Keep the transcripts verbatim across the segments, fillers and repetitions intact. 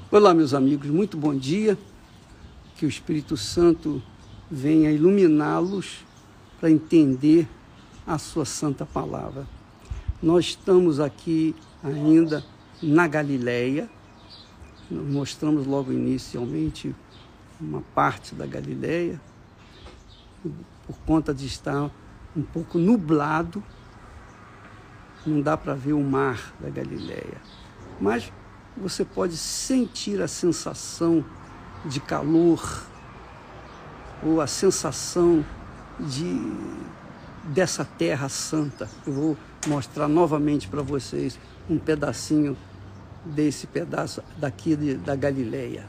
Olá, meus amigos, muito bom dia. Que o Espírito Santo venha iluminá-los para entender a sua santa palavra. Nós estamos aqui ainda na Galileia. Mostramos logo inicialmente uma parte da Galileia, por conta de estar um pouco nublado, não dá para ver o mar da Galileia, mas você pode sentir a sensação de calor ou a sensação de, dessa terra santa. Eu vou mostrar novamente para vocês um pedacinho desse pedaço daqui de, da Galileia.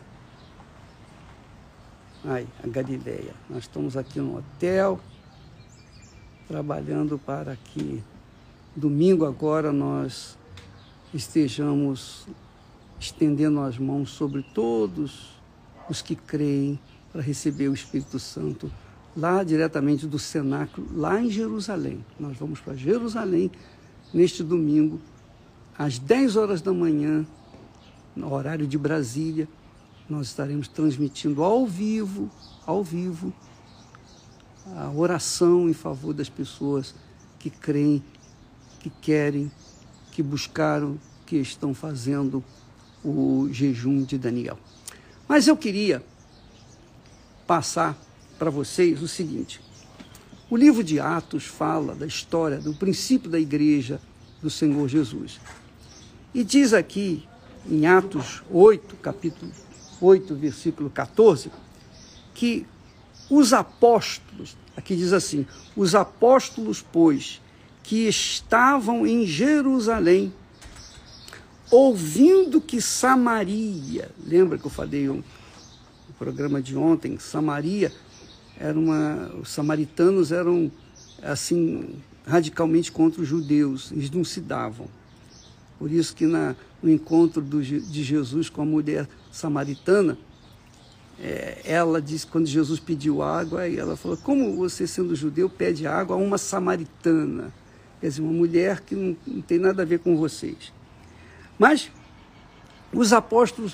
Aí, a Galileia. Nós estamos aqui no hotel, trabalhando para que domingo agora nós estejamos estendendo as mãos sobre todos os que creem para receber o Espírito Santo lá diretamente do cenáculo, lá em Jerusalém. Nós vamos para Jerusalém neste domingo, às dez horas da manhã, no horário de Brasília. Nós estaremos transmitindo ao vivo, ao vivo, a oração em favor das pessoas que creem, que querem, que buscaram, que estão fazendo o jejum de Daniel. Mas eu queria passar para vocês o seguinte: o livro de Atos fala da história, do princípio da igreja do Senhor Jesus. E diz aqui, em Atos oito, capítulo oito, versículo quatorze, que os apóstolos, aqui diz assim, os apóstolos, pois, que estavam em Jerusalém, ouvindo que Samaria, lembra que eu falei no programa de ontem, Samaria era uma, os samaritanos eram assim radicalmente contra os judeus, eles não se davam. Por isso que na, no encontro do, de Jesus com a mulher samaritana, é, ela disse, quando Jesus pediu água, e ela falou: como você, sendo judeu, pede água a uma samaritana? Quer dizer, uma mulher que não, não tem nada a ver com vocês. Mas os apóstolos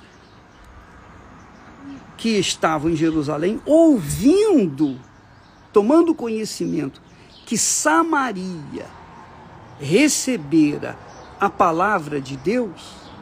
que estavam em Jerusalém, ouvindo, tomando conhecimento que Samaria recebera a palavra de Deus,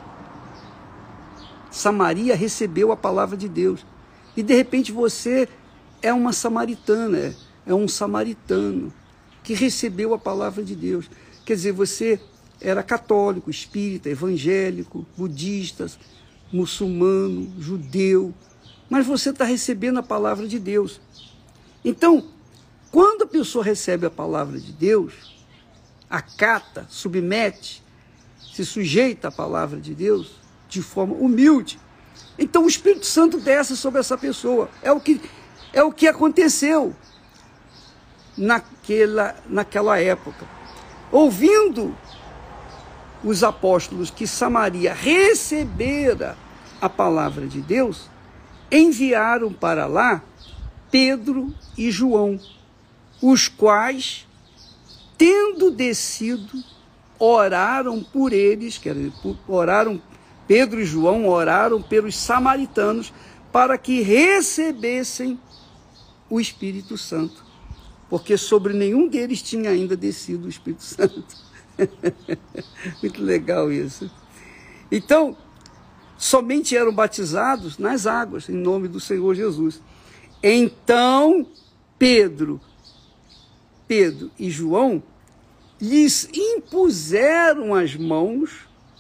Samaria recebeu a palavra de Deus. E de repente você é uma samaritana, é um samaritano que recebeu a palavra de Deus. Quer dizer, você era católico, espírita, evangélico, budista, muçulmano, judeu, mas você está recebendo a palavra de Deus. Então, quando a pessoa recebe a palavra de Deus, acata, submete, se sujeita à palavra de Deus de forma humilde, então o Espírito Santo desce sobre essa pessoa. É o que, é o que aconteceu naquela, naquela época. Ouvindo os apóstolos que Samaria recebera a palavra de Deus, enviaram para lá Pedro e João, os quais, tendo descido, oraram por eles, quer dizer, oraram, Pedro e João oraram pelos samaritanos para que recebessem o Espírito Santo, porque sobre nenhum deles tinha ainda descido o Espírito Santo. Muito legal isso. Então, somente eram batizados nas águas, em nome do Senhor Jesus. Então, Pedro, Pedro e João lhes impuseram as mãos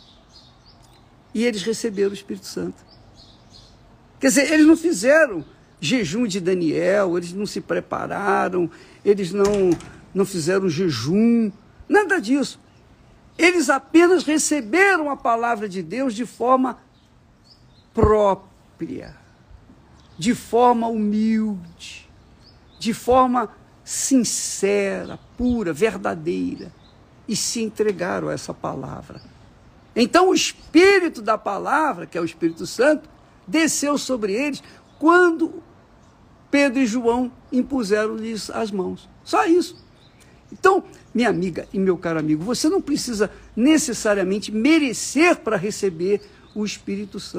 e eles receberam o Espírito Santo. Quer dizer, eles não fizeram jejum de Daniel, eles não se prepararam, eles não, não fizeram jejum, nada disso. Eles apenas receberam a palavra de Deus de forma própria, de forma humilde, de forma sincera, pura, verdadeira, e se entregaram a essa palavra. Então o Espírito da palavra, que é o Espírito Santo, desceu sobre eles quando Pedro e João impuseram-lhes as mãos. Só isso. Então, minha amiga e meu caro amigo, você não precisa necessariamente merecer para receber o Espírito Santo.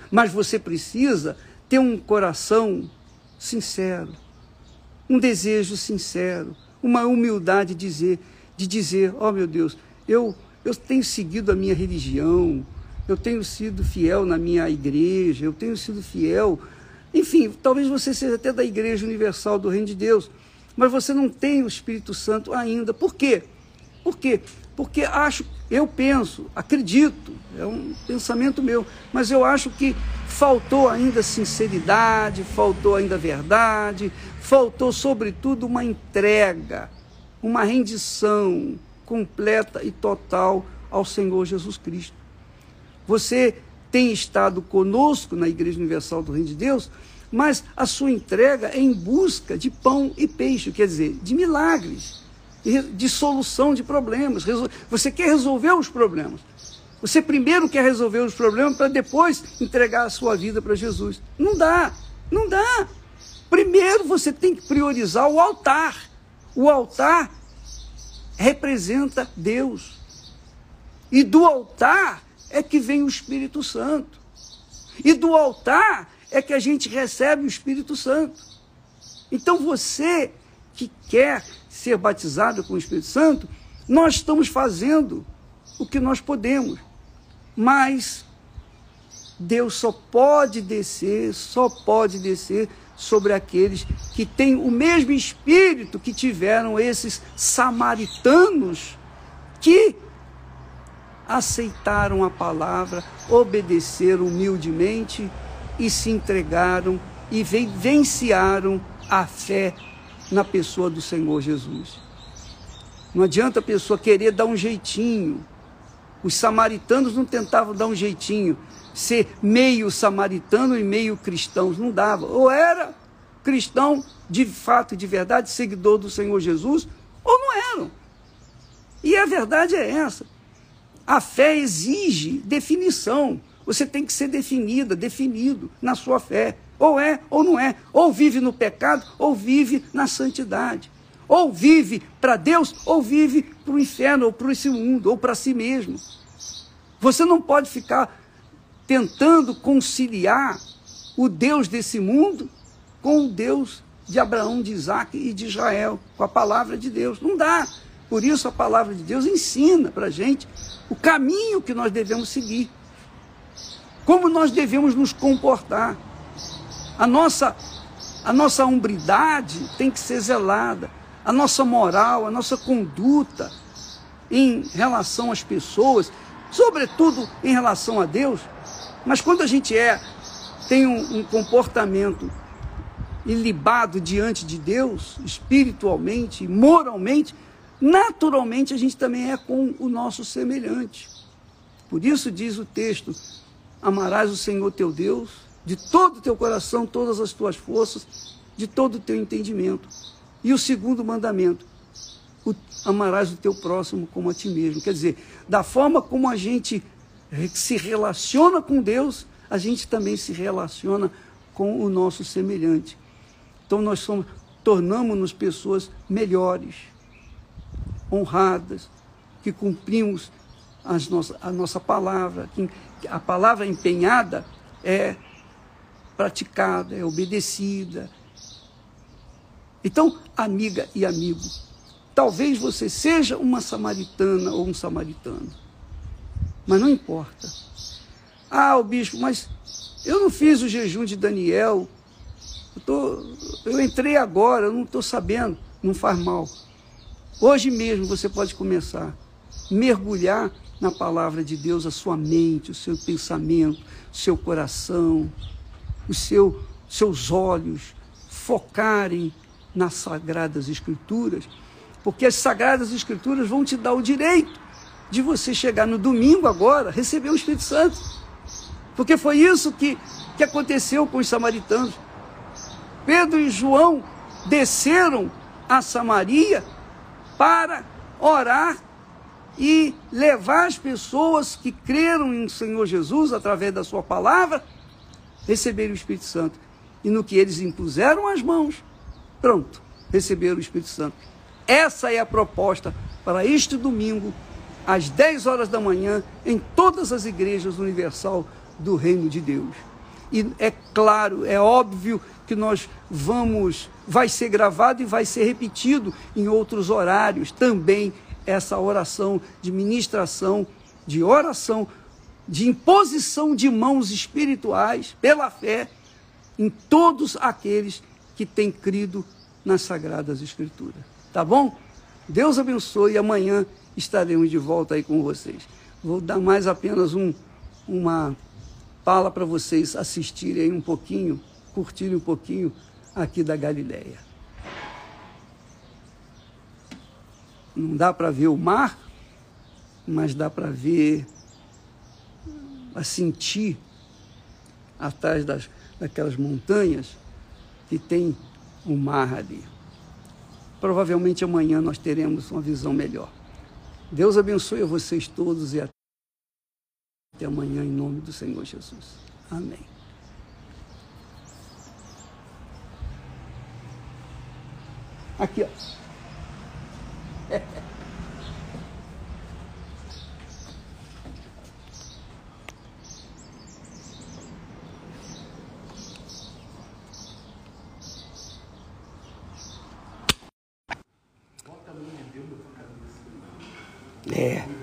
Mas você precisa ter um coração sincero, um desejo sincero, uma humildade de dizer, de dizer, ó meu Deus, eu, eu tenho seguido a minha religião, eu tenho sido fiel na minha igreja, eu tenho sido fiel, enfim, talvez você seja até da Igreja Universal do Reino de Deus, mas você não tem o Espírito Santo ainda. Por quê? Por quê? Porque acho, eu penso, acredito, é um pensamento meu, mas eu acho que faltou ainda sinceridade, faltou ainda verdade, faltou, sobretudo, uma entrega, uma rendição completa e total ao Senhor Jesus Cristo. Você tem estado conosco na Igreja Universal do Reino de Deus, mas a sua entrega é em busca de pão e peixe, quer dizer, de milagres, de solução de problemas. Você quer resolver os problemas. Você primeiro quer resolver os problemas para depois entregar a sua vida para Jesus. Não dá, não dá. Primeiro você tem que priorizar o altar. O altar representa Deus. E do altar é que vem o Espírito Santo. E do altar é que a gente recebe o Espírito Santo. Então você que quer ser batizado com o Espírito Santo, nós estamos fazendo o que nós podemos. Mas Deus só pode descer, só pode descer sobre aqueles que têm o mesmo Espírito que tiveram esses samaritanos que aceitaram a palavra, obedeceram humildemente e se entregaram e vivenciaram a fé na pessoa do Senhor Jesus. Não adianta a pessoa querer dar um jeitinho. Os samaritanos não tentavam dar um jeitinho, ser meio samaritano e meio cristãos, não dava. Ou era cristão de fato e de verdade, seguidor do Senhor Jesus, ou não eram. E a verdade é essa. A fé exige definição. Você tem que ser definida, definido na sua fé. Ou é ou não é. Ou vive no pecado, ou vive na santidade. Ou vive para Deus, ou vive para o inferno, ou para esse mundo, ou para si mesmo. Você não pode ficar tentando conciliar o Deus desse mundo com o Deus de Abraão, de Isaac e de Israel, com a palavra de Deus. Não dá. Por isso a palavra de Deus ensina para a gente o caminho que nós devemos seguir. Como nós devemos nos comportar. A nossa, a nossa hombridade tem que ser zelada. A nossa moral, a nossa conduta em relação às pessoas, sobretudo em relação a Deus. Mas quando a gente é, tem um, um comportamento ilibado diante de Deus, espiritualmente, moralmente, naturalmente a gente também é com o nosso semelhante. Por isso diz o texto, amarás o Senhor teu Deus de todo o teu coração, todas as tuas forças, de todo o teu entendimento. E o segundo mandamento, o, amarás o teu próximo como a ti mesmo. Quer dizer, da forma como a gente se relaciona com Deus, a gente também se relaciona com o nosso semelhante. Então nós somos, tornamos-nos pessoas melhores, honradas, que cumprimos as nossas, a nossa palavra. A palavra empenhada é praticada, é obedecida. Então, amiga e amigo, talvez você seja uma samaritana ou um samaritano, mas não importa. Ah, o bispo, mas eu não fiz o jejum de Daniel, eu, tô, eu entrei agora, eu não estou sabendo, não faz mal. Hoje mesmo você pode começar a mergulhar na palavra de Deus, a sua mente, o seu pensamento, o seu coração, os seu, seus olhos focarem nas Sagradas Escrituras, porque as Sagradas Escrituras vão te dar o direito de você chegar no domingo agora, receber o Espírito Santo. Porque foi isso que, que aconteceu com os samaritanos. Pedro e João desceram a Samaria para orar e levar as pessoas que creram em Senhor Jesus, através da sua palavra, receberem o Espírito Santo. E no que eles impuseram as mãos, pronto, receberam o Espírito Santo. Essa é a proposta para este domingo, às dez horas da manhã, em todas as igrejas universal do Reino de Deus. E é claro, é óbvio que nós vamos, vai ser gravado e vai ser repetido em outros horários também essa oração de ministração, de oração, de imposição de mãos espirituais pela fé em todos aqueles que têm crido nas Sagradas Escrituras. Tá bom? Deus abençoe e amanhã estaremos de volta aí com vocês. Vou dar mais apenas um, uma fala para vocês assistirem aí um pouquinho, curtirem um pouquinho aqui da Galileia. Não dá para ver o mar, mas dá para ver, a sentir atrás das, daquelas montanhas que tem o mar ali. Provavelmente amanhã nós teremos uma visão melhor. Deus abençoe a vocês todos e até amanhã em nome do Senhor Jesus. Amém. Aqui, ó. É.